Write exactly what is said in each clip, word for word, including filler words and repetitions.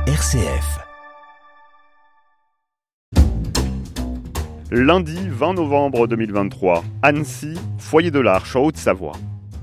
R C F. Lundi vingt novembre deux mille vingt-trois, Annecy, foyer de l'Arche, en Haute-Savoie.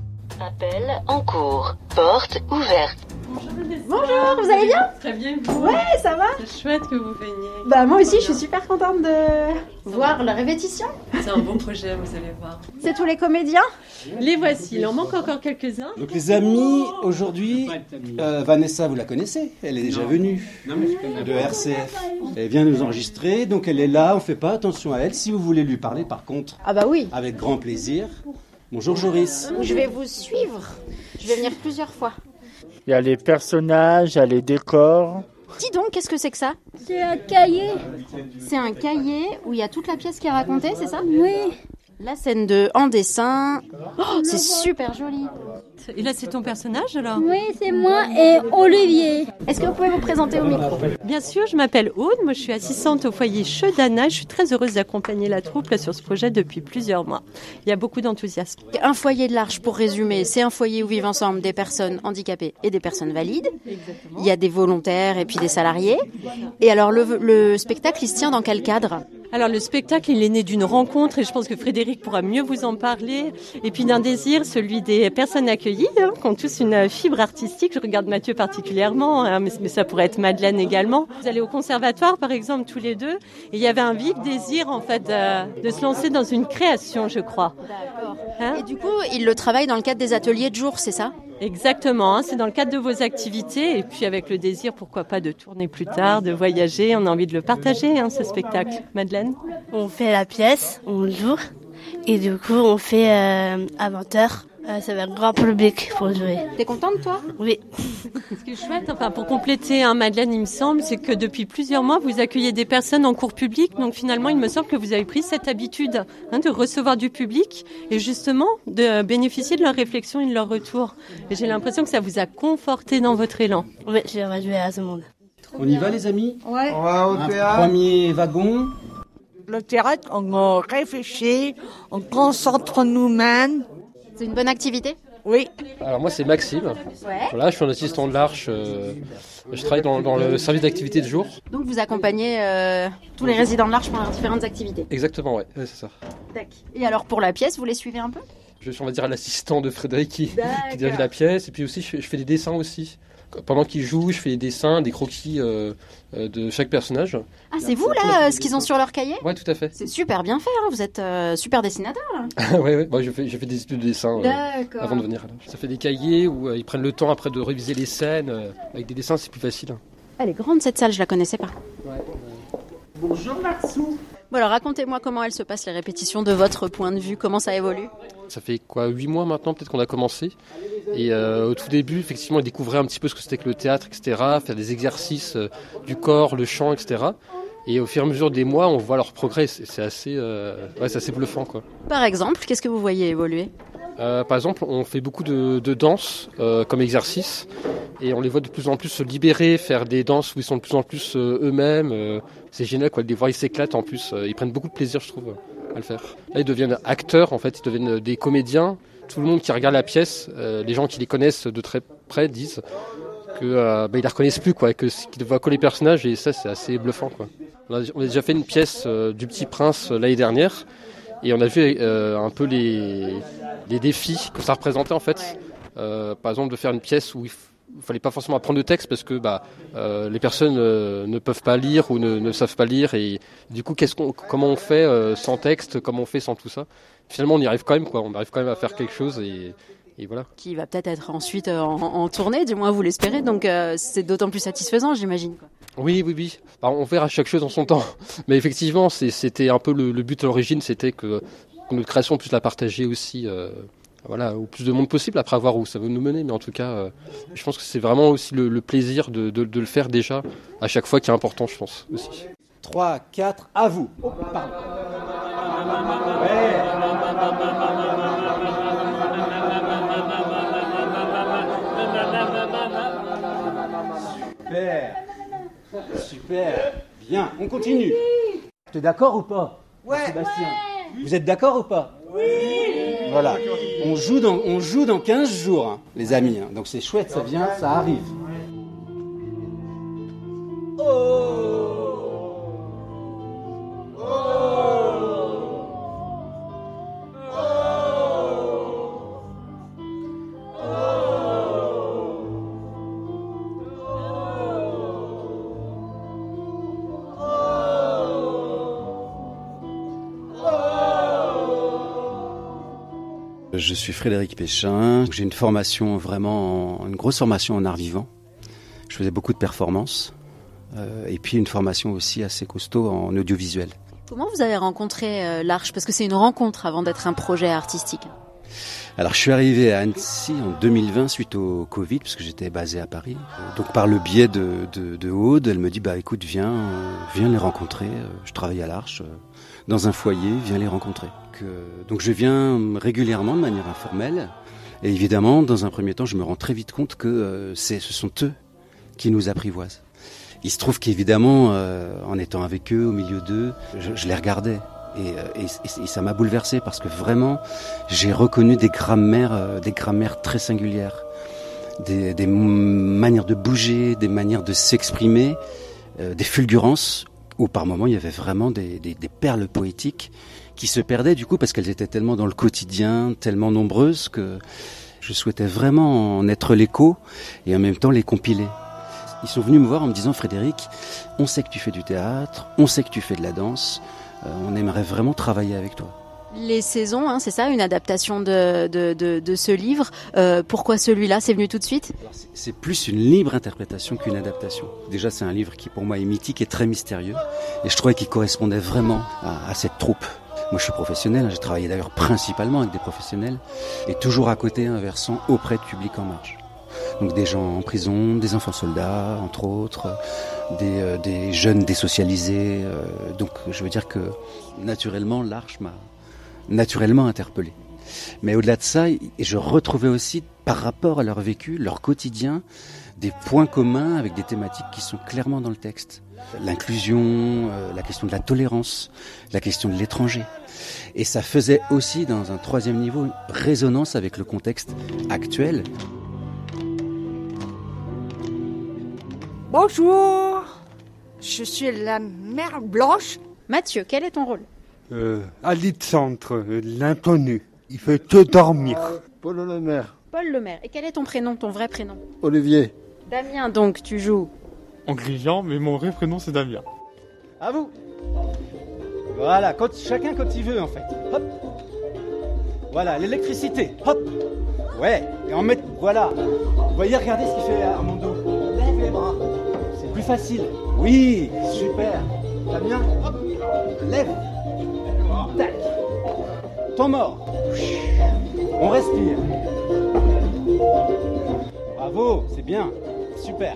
Appel en cours, porte ouverte. Bonjour, vous allez bien? Très bien, vous? Ouais, ça va? C'est chouette que vous veniez. Bah moi aussi, je suis super contente de voir la répétition. C'est un bon projet, vous allez voir. C'est tous les comédiens? Les voici, il en manque encore quelques-uns. Donc les amis, aujourd'hui, euh, Vanessa, vous la connaissez? Elle est déjà venue de R C F. Elle vient nous enregistrer, donc elle est là, on fait pas attention à elle. Si vous voulez lui parler, par contre, Ah bah oui. avec grand plaisir. Bonjour Joris. Je vais vous suivre. Je vais venir plusieurs fois. Il y a les personnages, il y a les décors. Dis donc, qu'est-ce que c'est que ça? C'est un cahier. C'est un cahier où il y a toute la pièce qui est racontée, c'est ça? Oui. La scène de en dessin. Oh, c'est super joli. Et là, c'est ton personnage alors? Oui, c'est moi et Olivier. Est-ce que vous pouvez vous présenter au micro? Bien sûr, je m'appelle Aude, moi je suis assistante au foyer Chedana. Je suis très heureuse d'accompagner la troupe là, sur ce projet depuis plusieurs mois. Il y a beaucoup d'enthousiasme. Un foyer de l'Arche, pour résumer, c'est un foyer où vivent ensemble des personnes handicapées et des personnes valides. Exactement. Il y a des volontaires et puis des salariés. Et alors, le, le spectacle, il se tient dans quel cadre? Alors le spectacle, il est né d'une rencontre et je pense que Frédéric pourra mieux vous en parler. Et puis d'un désir, celui des personnes accueillies, hein, qui ont tous une fibre artistique. Je regarde Mathieu particulièrement, hein, mais, mais ça pourrait être Madeleine également. Vous allez au conservatoire, par exemple, tous les deux. Et il y avait un vif désir, en fait, de, de se lancer dans une création, je crois. D'accord. Hein? Et du coup, il le travaille dans le cadre des ateliers de jour, c'est ça? Exactement, hein, c'est dans le cadre de vos activités et puis avec le désir, pourquoi pas, de tourner plus tard, de voyager. On a envie de le partager, hein, ce spectacle. Madeleine? On fait la pièce, on joue et du coup on fait euh, à vingt heures. Euh, ça va être grand public pour jouer. T'es contente, toi? Oui. Ce qui est chouette, enfin pour compléter, hein, Madeleine, il me semble, c'est que depuis plusieurs mois, vous accueillez des personnes en cours public. Donc finalement, il me semble que vous avez pris cette habitude, hein, de recevoir du public et justement de bénéficier de leur réflexion et de leur retour. Et j'ai l'impression que ça vous a conforté dans votre élan. Oui, j'aimerais jouer à ce monde. On y va les amis? Ouais. On va au Un théâtre. premier wagon. Le théâtre, on réfléchit, on concentre nous-mêmes. C'est une bonne activité? Oui. Alors moi c'est Maxime, Ouais. voilà, je suis un assistant de l'Arche, euh, je travaille dans, dans le service d'activité de jour. Donc vous accompagnez euh, tous les résidents de l'Arche pour leurs différentes activités. Exactement, ouais, ouais, c'est ça. Tac. Et alors pour la pièce, vous les suivez un peu? Je suis on va dire l'assistant de Frédéric qui, qui dirige la pièce, et puis aussi je, je fais des dessins aussi. Pendant qu'il joue, je fais des dessins, des croquis euh, euh, de chaque personnage. Ah, c'est vous là, euh, ce qu'ils ont sur leur cahier? Ouais, tout à fait. C'est super bien fait, hein. Vous êtes euh, super dessinateur là. ouais, ouais, moi, je fais, j'ai fait des études de dessin euh, D'accord. avant de venir. Là. Ça fait des cahiers où euh, ils prennent le temps après de réviser les scènes. Euh, avec des dessins, c'est plus facile. Elle est grande cette salle, je la connaissais pas. Ouais. Bonjour Marsou. Bon alors racontez-moi comment elles se passent les répétitions de votre point de vue, comment ça évolue? Ça fait quoi, huit mois maintenant peut-être qu'on a commencé. Et euh, au tout début, effectivement, ils découvraient un petit peu ce que c'était que le théâtre, et cetera. Faire des exercices euh, du corps, le chant, et cetera. Et au fur et à mesure des mois, on voit leur progrès. C'est, c'est assez, euh, ouais, c'est assez bluffant, quoi. Par exemple, qu'est-ce que vous voyez évoluer? Euh, par exemple, on fait beaucoup de, de danse euh, comme exercice. Et on les voit de plus en plus se libérer, faire des danses où ils sont de plus en plus euh, eux-mêmes. Euh, c'est génial, quoi, de les voir, ils s'éclatent en plus. Euh, ils prennent beaucoup de plaisir, je trouve, à le faire. Là, ils deviennent acteurs, en fait, ils deviennent des comédiens. Tout le monde qui regarde la pièce, euh, les gens qui les connaissent de très près disent que euh, bah, ils la reconnaissent plus, quoi, que qu'ils voient que les personnages, et ça c'est assez bluffant, quoi. On a, on a déjà fait une pièce euh, du Petit Prince euh, l'année dernière, et on a vu euh, un peu les, les défis que ça représentait en fait. Euh, par exemple, de faire une pièce où il ne fallait pas forcément apprendre de texte parce que bah, euh, les personnes euh, ne peuvent pas lire ou ne, ne savent pas lire, et du coup, qu'est-ce qu'on, comment on fait euh, sans texte, comment on fait sans tout ça. Finalement, on y arrive quand même, quoi. On arrive quand même à faire quelque chose, et, et voilà. Qui va peut-être être ensuite en, en tournée, du moins vous l'espérez, donc euh, c'est d'autant plus satisfaisant, j'imagine, quoi. Oui, oui, oui. Alors, on verra chaque chose en son temps. Mais effectivement, c'est, c'était un peu le, le but à l'origine, c'était que, que notre création puisse la partager aussi, euh, voilà, au plus de monde possible, après avoir où ça veut nous mener. Mais en tout cas, euh, je pense que c'est vraiment aussi le, le plaisir de, de, de le faire déjà, à chaque fois, qui est important, je pense, aussi. trois, quatre, à vous. Oh, pardon. Ouais. Super. Super. Bien, on continue. T'es d'accord ou pas? Ouais. Sébastien. Vous êtes d'accord ou pas? Oui. Voilà. On joue dans, on joue dans quinze jours, hein, les amis. Hein. Donc c'est chouette, ça vient, ça arrive. je suis Frédéric Péchin. J'ai une formation vraiment, en, une grosse formation en art vivant. Je faisais beaucoup de performances. Euh, et puis une formation aussi assez costaud en audiovisuel. Comment vous avez rencontré euh, l'Arche? Parce que c'est une rencontre avant d'être un projet artistique. Alors je suis arrivé à Annecy en deux mille vingt suite au Covid, parce que j'étais basé à Paris. Donc par le biais de, de, de Aude, elle me dit bah écoute viens, euh, viens les rencontrer. Je travaille à l'Arche, euh, dans un foyer, viens les rencontrer. Que, donc je viens régulièrement de manière informelle. Et évidemment, dans un premier temps, je me rends très vite compte que euh, c'est, ce sont eux qui nous apprivoisent. Il se trouve qu'évidemment, euh, en étant avec eux, au milieu d'eux, je, je les regardais. Et, et, et, et ça m'a bouleversé parce que vraiment, j'ai reconnu des grammaires, euh, des grammaires très singulières, des, des manières de bouger, des manières de s'exprimer, euh, des fulgurances où par moments il y avait vraiment des, des, des perles poétiques qui se perdaient du coup parce qu'elles étaient tellement dans le quotidien, tellement nombreuses que je souhaitais vraiment en être l'écho et en même temps les compiler. Ils sont venus me voir en me disant « Frédéric, on sait que tu fais du théâtre, on sait que tu fais de la danse, euh, on aimerait vraiment travailler avec toi. » Les saisons, hein, c'est ça, une adaptation de, de, de, de ce livre. Euh, pourquoi celui-là, c'est venu tout de suite? Alors, c'est, c'est plus une libre interprétation qu'une adaptation. Déjà, c'est un livre qui pour moi est mythique et très mystérieux. Et je trouvais qu'il correspondait vraiment à, à cette troupe. Moi, je suis professionnel, hein, j'ai travaillé d'ailleurs principalement avec des professionnels. Et toujours à côté, un versant auprès de public en marge. Donc des gens en prison, des enfants soldats, entre autres, des, euh, des jeunes désocialisés. Euh, donc je veux dire que naturellement, l'Arche m'a naturellement interpellé. Mais au-delà de ça, je retrouvais aussi, par rapport à leur vécu, leur quotidien, des points communs avec des thématiques qui sont clairement dans le texte. L'inclusion, euh, la question de la tolérance, la question de l'étranger. Et ça faisait aussi, dans un troisième niveau, résonance avec le contexte actuel. Bonjour, je suis la mère Blanche. Mathieu, quel est ton rôle? euh, Alexandre, euh, l'inconnu. Il fait que dormir. Euh, Paul Lemaire. Paul Lemaire. Et quel est ton prénom, ton vrai prénom? Olivier. Damien, donc, tu joues Anglicien, mais mon vrai prénom c'est Damien. À vous. Voilà, quand, chacun quand il veut en fait. Hop. Voilà, l'électricité. Hop. Ouais, et en mettre, voilà. Vous voyez, regardez ce qu'il fait Armando. Lève les bras. C'est plus facile. Oui, super. Damien, hop. Lève. Tac. Temps mort. On respire. Bravo, c'est bien. Super.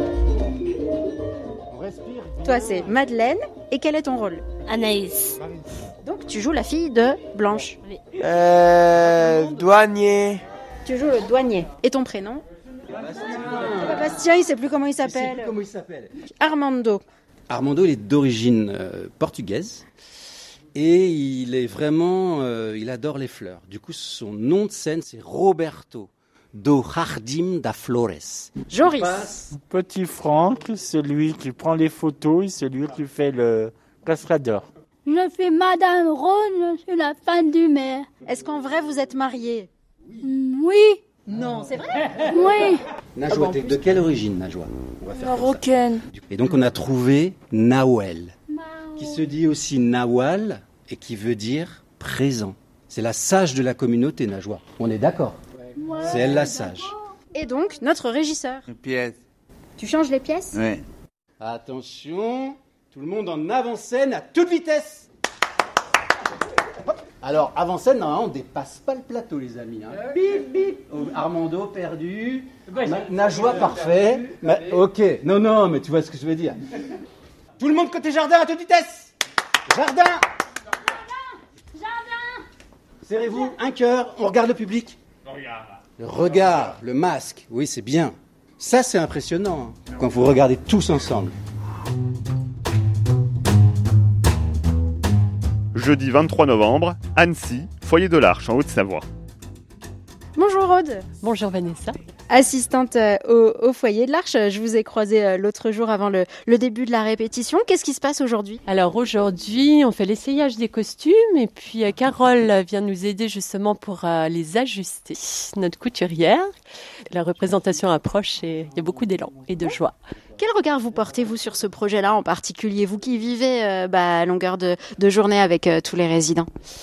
On respire. Toi, c'est Madeleine. Et quel est ton rôle? Anaïs. Donc, tu joues la fille de Blanche. Oui. Euh, douanier. Tu joues le douanier. Et ton prénom? Bastien. Ah, Bastien, il sait plus comment il Il sait s'appelle. plus comment il s'appelle. Armando. Armando, il est d'origine euh, portugaise. Et il est vraiment, euh, il adore les fleurs. Du coup, son nom de scène, c'est Roberto do Jardim da Flores. Joris. Petit Franck, celui qui prend les photos et celui qui fait le cascadeur. Je suis Madame Rose, je suis la femme du maire. Est-ce qu'en vrai, vous êtes mariés? Oui. Non, c'est vrai? Oui. Najwa, t'es de quelle origine, Najwa? On va faire Marocaine. Et donc, on a trouvé Nawel, qui se dit aussi Nawal et qui veut dire présent. C'est la sage de la communauté, Najwa. On est d'accord? Ouais. C'est elle la sage. Et donc, notre régisseur. Une pièce. Tu changes les pièces? Oui. Attention, tout le monde en avant-scène à toute vitesse. Hop. Alors, avant-scène, normalement, on dépasse pas le plateau, les amis. Hein. Bip, bip. Oh, Armando, perdu. Na- Najwa, parfait. Ma- ok, non, non, mais tu vois ce que je veux dire. Tout le monde côté jardin à toute vitesse. Jardin. Jardin. Serrez-vous, un cœur, on regarde le public. Le regard, le masque, oui, c'est bien. Ça, c'est impressionnant, hein, quand vous regardez tous ensemble. Jeudi vingt-trois novembre, Annecy, foyer de l'Arche en Haute-Savoie. Bonjour Aude. Bonjour Vanessa. Assistante euh, au, au foyer de l'Arche. Je vous ai croisé euh, l'autre jour avant le, le début de la répétition. Qu'est-ce qui se passe aujourd'hui? Alors aujourd'hui, on fait l'essayage des costumes et puis euh, Carole vient nous aider justement pour euh, les ajuster. Notre couturière, la représentation approche et il y a beaucoup d'élan et de joie. Quel regard vous portez-vous sur ce projet-là en particulier, vous qui vivez euh, bah, à longueur de, de journée avec euh, tous les résidents?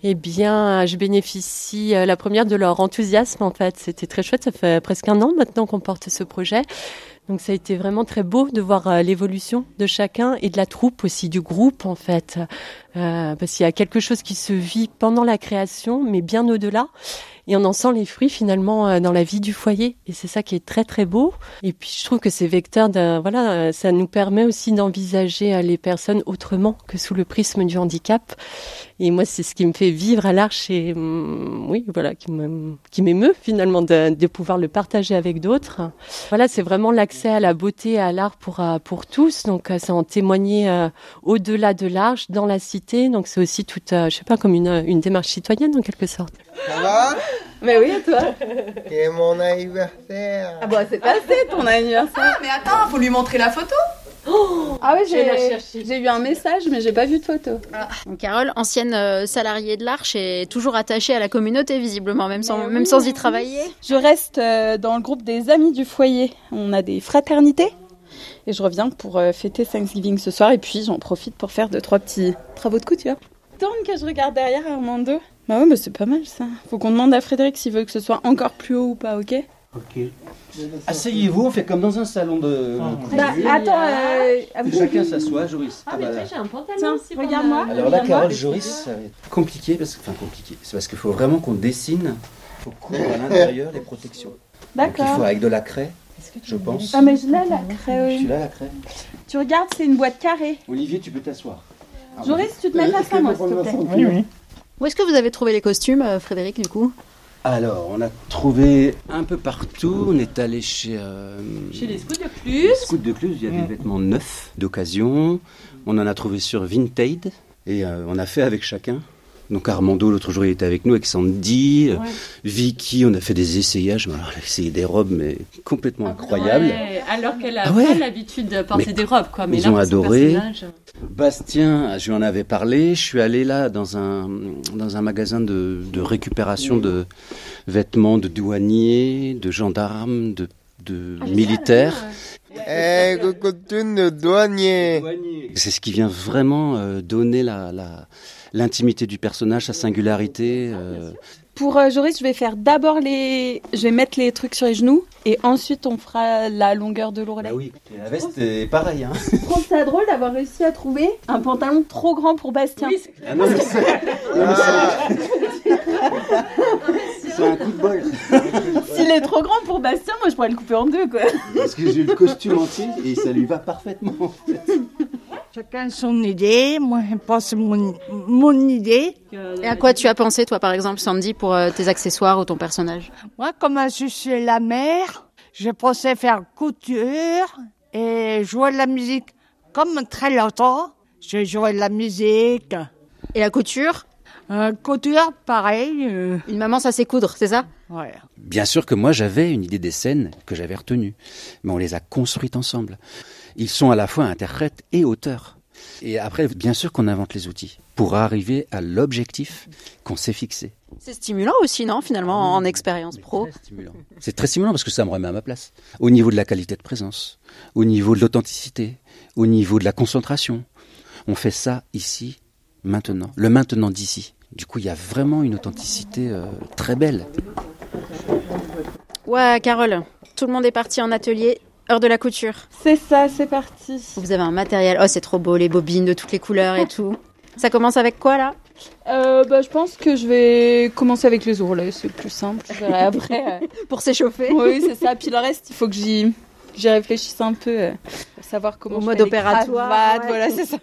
Eh bien, je bénéficie euh, la première de leur enthousiasme en fait. C'était très chouette, ça fait presque un an maintenant qu'on porte ce projet. Donc ça a été vraiment très beau de voir euh, l'évolution de chacun et de la troupe aussi, du groupe en fait. Euh, parce qu'il y a quelque chose qui se vit pendant la création, mais bien au-delà. Et on en sent les fruits finalement euh, dans la vie du foyer. Et c'est ça qui est très très beau. Et puis je trouve que c'est vecteur d'un, voilà, euh, ça nous permet aussi d'envisager euh, les personnes autrement que sous le prisme du handicap. Et moi, c'est ce qui me fait vivre à l'Arche et hum, oui, voilà, qui me, qui m'émeut finalement de, de pouvoir le partager avec d'autres. Voilà, c'est vraiment l'accès à la beauté et à l'art pour euh, pour tous. Donc, euh, c'est en témoigner euh, au-delà de l'Arche, dans la cité. Donc, c'est aussi toute, euh, je sais pas, comme une une démarche citoyenne en quelque sorte. Ça va? Mais oui, et toi? C'est mon anniversaire. Ah bah c'est passé ton anniversaire. Ah mais attends, faut lui montrer la photo. Oh, ah oui, Je vais la j'ai, chercher. j'ai eu un message, mais j'ai pas vu de photo. Ah. Donc, Carole, ancienne euh, salariée de l'Arche, est toujours attachée à la communauté visiblement, même sans, Mais même oui, sans y oui. travailler. Je reste euh, dans le groupe des amis du foyer. On a des fraternités. Et je reviens pour euh, fêter Thanksgiving ce soir. Et puis j'en profite pour faire deux, trois petits travaux de couture. Tourne que je regarde derrière Armando. Bah ouais, bah c'est pas mal ça. Faut qu'on demande à Frédéric s'il veut que ce soit encore plus haut ou pas, ok? Ok. Asseyez-vous, on fait comme dans un salon de... Bah attends, euh, à vous. Chacun s'assoit, Joris. Ah, mais bah là. toi, j'ai un pantalon Tiens, aussi. regarde-moi. Alors là, Regarde-moi. Carole, Joris, ça va être compliqué, parce que... enfin compliqué, c'est parce qu'il faut vraiment qu'on dessine, il faut coudre à l'intérieur les protections. D'accord. Donc il faut avec de la craie, je pense. Ah mais je l'ai la craie, oui. Tu l'as la craie? Tu regardes, c'est une boîte carrée. Olivier, tu peux t'asseoir. Joris, tu te mets face à moi, s'il te plaît. Oui, oui. Où est-ce que vous avez trouvé les costumes, euh, Frédéric, du coup? Alors, on a trouvé un peu partout. On est allé chez... Euh, Chez les Scouts de Cluse. les Scouts de Cluse, il y a des vêtements neufs, d'occasion. On en a trouvé sur Vinted. Et euh, on a fait avec chacun. Donc Armando, l'autre jour, il était avec nous, avec Sandy. Ouais. Euh, Vicky, on a fait des essayages. Alors, elle a essayé des robes, mais complètement incroyables. Ouais, alors qu'elle a Ah ouais. pas l'habitude de porter Mais des robes, quoi. Mais ils là, ont pour son adoré. personnage- Bastien, je lui en avais parlé. Je suis allé là dans un, dans un magasin de, de récupération de vêtements de douaniers, de gendarmes, de, de militaires. Eh, coucou de douanier. C'est ce qui vient vraiment euh, donner la, la, l'intimité du personnage, sa singularité. euh. Pour euh, Joris, je vais faire d'abord les... Je vais mettre les trucs sur les genoux et ensuite on fera la longueur de l'ourlet. Bah oui, et la veste est pareil. Hein. Je trouve ça drôle d'avoir réussi à trouver un pantalon trop grand pour Bastien. Oui, c'est- Ah non, mais c'est, non, mais c'est- c'est un coup de bol. S'il est trop grand pour Bastien, moi je pourrais le couper en deux, quoi. Parce que j'ai eu le costume entier et ça lui va parfaitement. En fait. Chacun son idée, moi je pense mon, mon idée. Et à quoi tu as pensé, toi, par exemple, Sandy, pour euh, tes accessoires ou ton personnage? Moi, comme je suis la mère, je pensais faire couture et jouer de la musique. Comme très longtemps, je jouais de la musique. Et la couture? Euh, couture, pareil. euh, Une maman, ça c'est coudre, c'est ça? ouais. Bien sûr que moi j'avais une idée des scènes que j'avais retenues, mais on les a construites ensemble. Ils sont à la fois interprètes et auteurs. Et après, bien sûr qu'on invente les outils pour arriver à l'objectif qu'on s'est fixé. C'est stimulant aussi, non, finalement, en expérience pro? Très stimulant. C'est très stimulant parce que ça me remet à ma place. Au niveau de la qualité de présence, au niveau de l'authenticité, au niveau de la concentration. On fait ça ici, maintenant. Le maintenant d'ici. Du coup, il y a vraiment une authenticité euh, très belle. Ouais, Carole, tout le monde est parti en atelier. Heure de la couture. C'est ça, c'est parti. Vous avez un matériel. Oh, c'est trop beau, les bobines de toutes les couleurs et tout. Ça commence avec quoi, là? Euh, bah, je pense que je vais commencer avec les ourlets, c'est le plus simple. Je verrai après. euh, Pour s'échauffer? Oui, c'est ça. Puis le reste, il faut que j'y, j'y réfléchisse un peu euh, pour savoir comment Au je mode fais les opératoire, cravates, ouais. voilà, c'est ça.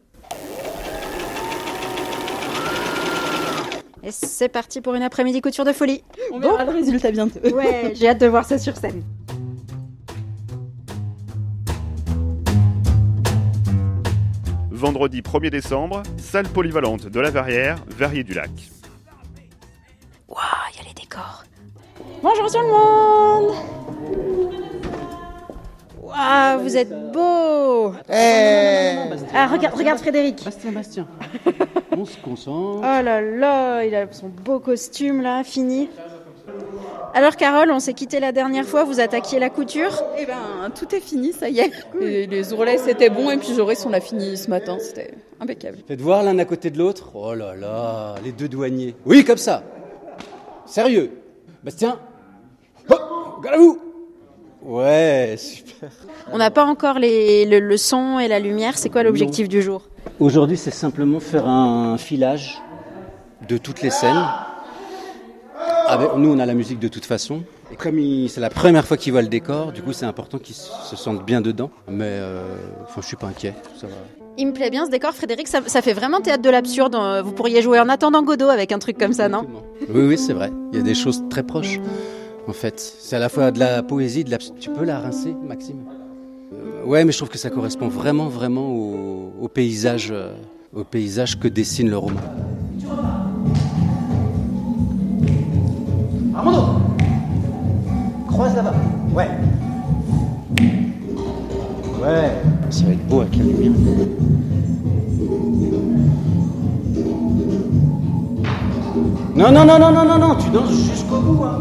Et c'est parti pour une après-midi couture de folie. On verra le résultat bientôt. Ouais, j'ai hâte de voir ça sur scène. Vendredi premier décembre, salle polyvalente de la Verrière, Verrier-du-Lac. Waouh, il y a les décors. Bonjour tout le monde. Waouh, vous êtes beaux. Eh, Ah, regarde, regarde Frédéric. Bastien, Bastien. On se concentre. Oh là là, il a son beau costume là, fini. Alors Carole, on s'est quitté la dernière fois, vous attaquiez la couture? Eh ben, tout est fini, ça y est. Et les ourlets, c'était bon, et puis Joris, on l'a fini ce matin, c'était impeccable. Faites voir l'un à côté de l'autre. Oh là là, les deux douaniers. Oui, comme ça. Sérieux. Bastien. Hop, regarde à vous. Ouais, super. On n'a pas encore les, le, le son et la lumière, c'est quoi l'objectif du jour? Aujourd'hui, c'est simplement faire un filage de toutes les scènes. Avec, nous, on a la musique de toute façon. Et comme il, c'est la première fois qu'ils voient le décor, du coup, c'est important qu'ils se sentent bien dedans. Mais euh, enfin, je suis pas inquiet. Ça va. Il me plaît bien ce décor, Frédéric. Ça, ça fait vraiment théâtre de l'absurde. Vous pourriez jouer En attendant Godot avec un truc comme ça, non? Oui, oui, c'est vrai. Il y a des choses très proches. En fait, c'est à la fois de la poésie, de l'absurde. Tu peux la rincer, Maxime? euh, Ouais, mais je trouve que ça correspond vraiment, vraiment au, au paysage, euh, au paysage que dessine le roman. Armando, croise là-bas. Ouais. Ouais. Ça va être beau avec la lumière. Non, non, non, non, non, non, non, tu danses jusqu'au bout, hein.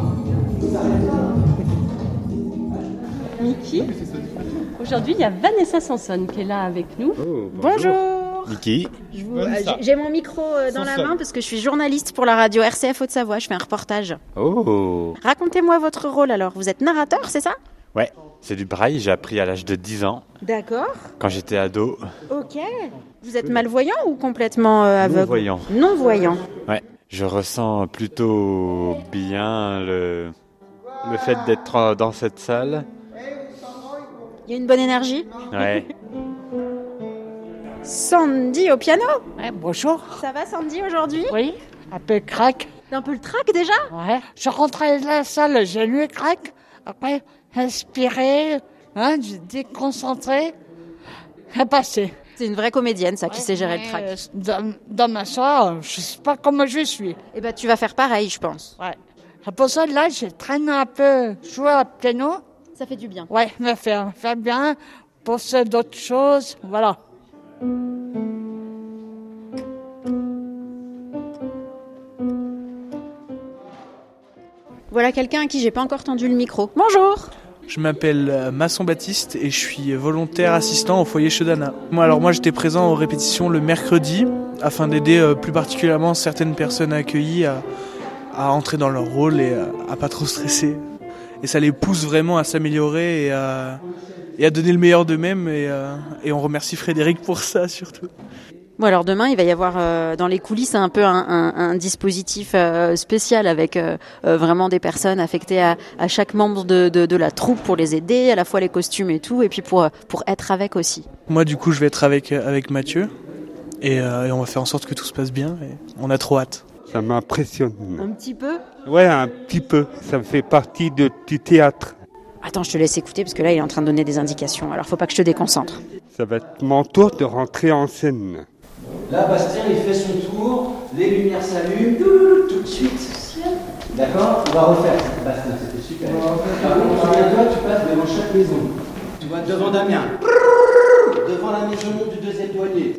Mickey. Aujourd'hui, il y a Vanessa Sanson qui est là avec nous. Oh, bonjour. bonjour. Mickey. Je vous, euh, j'ai mon micro euh, dans Sanson. La main parce que je suis journaliste pour la radio R C F Haute-Savoie. Je fais un reportage. Oh. Racontez-moi votre rôle alors. Vous êtes narrateur, c'est ça? Ouais, c'est du braille. J'ai appris à l'âge de dix ans. D'accord. Quand j'étais ado. Ok. Vous êtes malvoyant ou complètement euh, aveugle? Non-voyant. Non-voyant. Ouais. Je ressens plutôt bien le, le fait d'être dans cette salle. Il y a une bonne énergie? Ouais. Sandy au piano? Ouais, bonjour. Ça va Sandy aujourd'hui? Oui, un peu crack. Un peu le trac déjà? Ouais. Je rentrais de la salle, j'ai lu crack. Après, inspiré, hein, déconcentré, et passé. C'est une vraie comédienne, ça, qui ouais, sait gérer le trac. Dans, dans ma soirée, je sais pas comment je suis. Eh ben, tu vas faire pareil, je pense. Ouais. C'est pour ça, là, je traîne un peu, jouer au piano. Ça fait du bien. Ouais, me faire, faire bien, penser d'autres choses, voilà. Voilà quelqu'un à qui j'ai pas encore tendu le micro. Bonjour. Je m'appelle Masson Baptiste et je suis volontaire assistant au foyer Chedana. Moi, alors moi j'étais présent aux répétitions le mercredi afin d'aider euh, plus particulièrement certaines personnes accueillies à, à entrer dans leur rôle et à, à pas trop stresser. Et ça les pousse vraiment à s'améliorer et à, et à donner le meilleur d'eux-mêmes et, euh, et on remercie Frédéric pour ça surtout. Bon alors demain il va y avoir euh, dans les coulisses un peu un, un, un dispositif euh, spécial avec euh, euh, vraiment des personnes affectées à, à chaque membre de, de, de la troupe pour les aider, à la fois les costumes et tout, et puis pour, pour être avec aussi. Moi du coup je vais être avec, avec Mathieu et, euh, et on va faire en sorte que tout se passe bien et on a trop hâte. Ça m'impressionne. Un petit peu? Ouais, un petit peu. Ça fait partie de, du théâtre. Attends, je te laisse écouter parce que là il est en train de donner des indications, alors faut pas que je te déconcentre. Ça va être mon tour de rentrer en scène. Là, Bastien, il fait son tour, les lumières s'allument, tout de suite. D'accord? On va refaire. Bastien, c'était super. Par contre, souviens-toi, tu passes devant chaque maison. Tu vois, devant Damien. Devant la maison du deuxième douanier.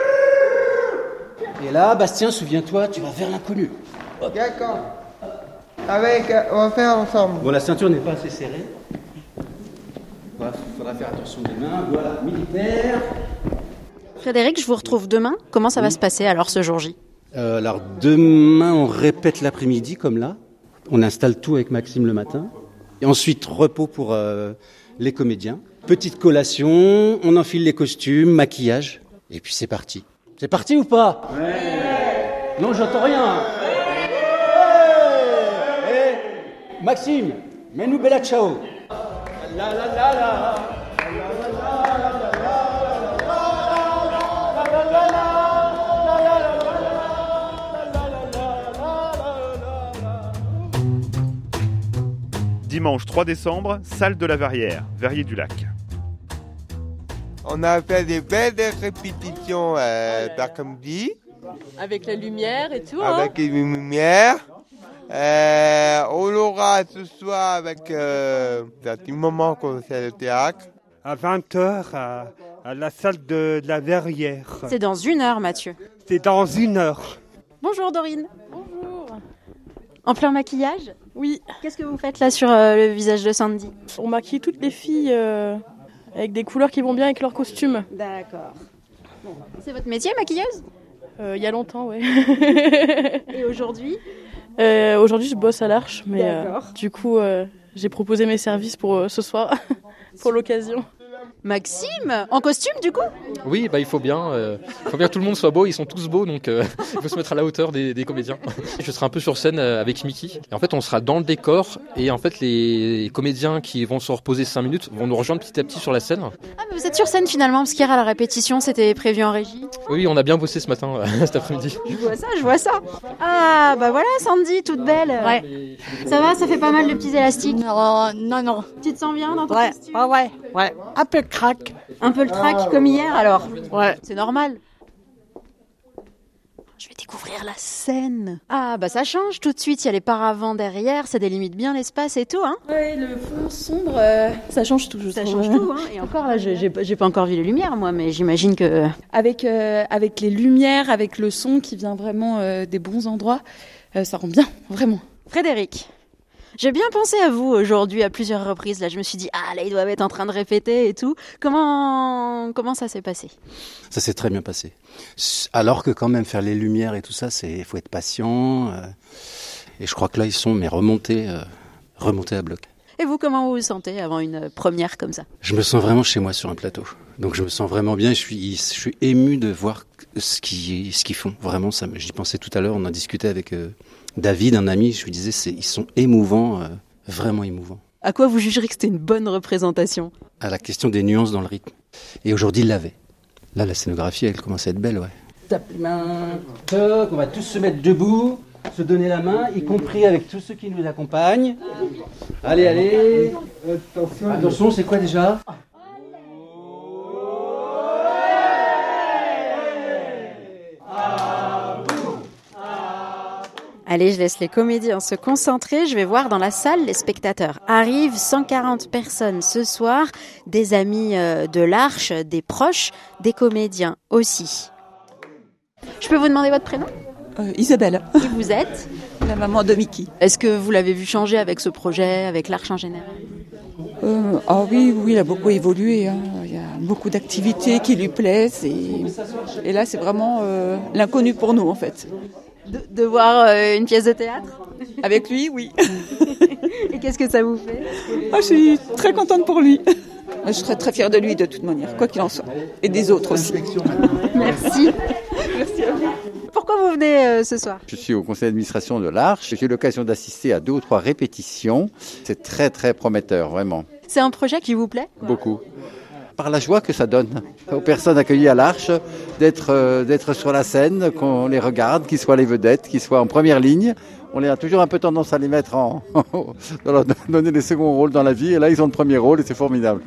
Et là, Bastien, souviens-toi, tu vas vers l'inconnu. D'accord. Avec, euh, on va faire ensemble. Bon, la ceinture n'est pas assez serrée. Il faudra faire attention des mains. Voilà, militaire. Frédéric, je vous retrouve demain. Comment ça oui. va se passer alors ce jour J? euh, Alors demain, on répète l'après-midi comme là. On installe tout avec Maxime le matin. Et ensuite, repos pour euh, les comédiens. Petite collation, on enfile les costumes, maquillage. Et puis c'est parti. C'est parti ou pas? Ouais. Non, j'entends rien. Ouais. Hey, hey. Maxime, mets-nous Bella Ciao. La la la la. Dimanche trois décembre, salle de la Verrière, Verrier-du-Lac. On a fait des belles répétitions euh, l'après-midi. Avec la lumière et tout. Avec hein. les lumières. Euh, on l'aura ce soir avec euh, un petit moment qu'on fait le théâtre. À vingt heures à, à la salle de, de la Verrière. C'est dans une heure, Mathieu. C'est dans une heure. Bonjour Dorine. Bonjour. En plein maquillage? Oui. Qu'est-ce que vous faites là sur euh, le visage de Sandy? On maquille toutes les filles euh, avec des couleurs qui vont bien avec leur costume. D'accord. Bon. C'est votre métier, maquilleuse? Il y a longtemps, oui. Et aujourd'hui? euh, Aujourd'hui, je bosse à l'Arche, mais euh, D'accord. du coup, euh, j'ai proposé mes services pour euh, ce soir, pour l'occasion. Maxime, en costume du coup? Oui, bah il faut bien, euh, il faut bien que tout le monde soit beau. Ils sont tous beaux, donc euh, il faut se mettre à la hauteur des, des comédiens. Je serai un peu sur scène euh, avec Mickey. Et en fait, on sera dans le décor et en fait, les comédiens qui vont se reposer cinq minutes vont nous rejoindre petit à petit sur la scène. Ah, mais vous êtes sur scène finalement, parce qu'hier à la répétition, c'était prévu en régie. Oui, on a bien bossé ce matin, euh, cet après-midi. Je vois ça, je vois ça. Ah, bah voilà, Sandy, toute belle. Ouais. Ça va, ça fait pas mal de petits élastiques. Non, non, non. Tu te sens bien dans ton Ouais, costume? ouais, ouais, ouais. Un peu crack. Un peu le trac comme hier alors? Ouais. C'est normal. Je vais découvrir la scène. Ah bah ça change tout de suite, il y a les paravents derrière, ça délimite bien l'espace et tout, hein? Ouais, le fond sombre, euh, ça change tout, je Ça trouve. change tout, hein? Et encore là, j'ai, j'ai, j'ai pas encore vu les lumières moi, mais j'imagine que... Avec, euh, avec les lumières, avec le son qui vient vraiment euh, des bons endroits, euh, ça rend bien, vraiment. Frédéric, j'ai bien pensé à vous aujourd'hui à plusieurs reprises. Là, je me suis dit, ah là, ils doivent être en train de répéter et tout. Comment, comment ça s'est passé? Ça s'est très bien passé. Alors que quand même faire les lumières et tout ça, c'est faut être patient. Euh, et je crois que là, ils sont mais remontés, euh, remontés à bloc. Et vous, comment vous vous sentez avant une première comme ça? Je me sens vraiment chez moi sur un plateau. Donc je me sens vraiment bien. Je suis, je suis ému de voir ce qu'ils, ce qu'ils font. Vraiment, ça. J'y pensais tout à l'heure. On en discutait avec euh, David, un ami. Je lui disais, c'est, ils sont émouvants, euh, vraiment émouvants. À quoi vous jugerez que c'était une bonne représentation? À la question des nuances dans le rythme. Et aujourd'hui, il l'avait. Là, la scénographie, elle commence à être belle, ouais. Tape les mains. Toc, on va tous se mettre debout, se donner la main, y compris avec tous ceux qui nous accompagnent. Allez, allez. Attention. Attention, c'est quoi déjà? Allez, je laisse les comédiens se concentrer. Je vais voir dans la salle les spectateurs. Arrivent cent quarante personnes ce soir, des amis de l'Arche, des proches, des comédiens aussi. Je peux vous demander votre prénom? euh, Isabelle. Qui vous êtes? La maman de Mickey. Est-ce que vous l'avez vu changer avec ce projet, avec l'Arche en général? euh, Ah oui, oui, il a beaucoup évolué. Hein. Il y a beaucoup d'activités qui lui plaisent. Et, et là, c'est vraiment euh, l'inconnu pour nous, en fait. De, de voir euh, une pièce de théâtre? Avec lui, oui. Et qu'est-ce que ça vous fait? Ah, je suis très contente pour lui. Je serais très fière de lui de toute manière, quoi qu'il en soit. Et des autres aussi. Merci. Merci à vous. Pourquoi vous venez euh, ce soir? Je suis au conseil d'administration de l'Arche. J'ai eu l'occasion d'assister à deux ou trois répétitions. C'est très très prometteur, vraiment. C'est un projet qui vous plaît? Beaucoup. Par la joie que ça donne aux personnes accueillies à l'Arche d'être euh, d'être sur la scène, qu'on les regarde, qu'ils soient les vedettes, qu'ils soient en première ligne. On a toujours un peu tendance à les mettre en... de leur donner les seconds rôles dans la vie. Et là, ils ont le premier rôle et c'est formidable.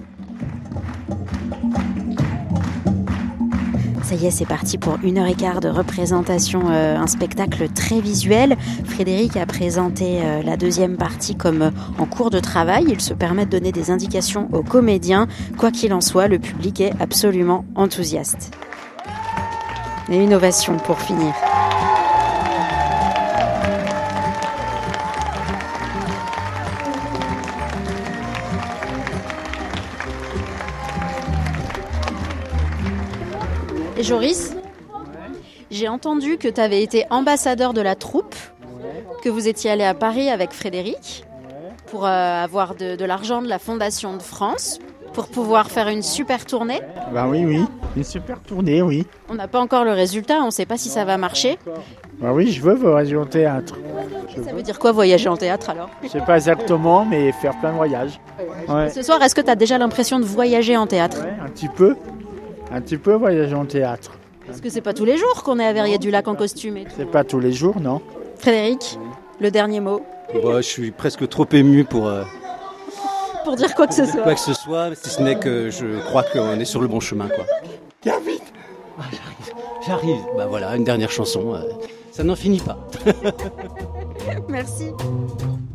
Ça y est, c'est parti pour une heure et quart de représentation, euh, un spectacle très visuel. Frédéric a présenté euh, la deuxième partie comme euh, en cours de travail. Il se permet de donner des indications aux comédiens. Quoi qu'il en soit, le public est absolument enthousiaste. Et une ovation pour finir. Et Joris, j'ai entendu que tu avais été ambassadeur de la troupe, que vous étiez allé à Paris avec Frédéric pour euh, avoir de, de l'argent de la Fondation de France, pour pouvoir faire une super tournée. Ben oui, oui, une super tournée, oui. On n'a pas encore le résultat, on ne sait pas si ça va marcher. Ben oui, je veux voyager en théâtre. Je Ça veux. veut dire quoi voyager en théâtre alors? Je sais pas exactement, mais faire plein de voyages. Ouais. Ce soir, est-ce que tu as déjà l'impression de voyager en théâtre? Ouais, un petit peu. Un petit peu voyager en théâtre. Parce que c'est pas tous les jours qu'on est à Verrières-du-Lac en costume et tout. C'est pas tous les jours, non. Frédéric, le dernier mot Bah, je suis presque trop ému pour, euh, pour dire quoi que ce soit. quoi que ce soit, si ce n'est que je crois qu'on est sur le bon chemin, quoi. Viens vite. Ah, j'arrive, j'arrive. Bah voilà, une dernière chanson. euh, ça n'en finit pas. Merci.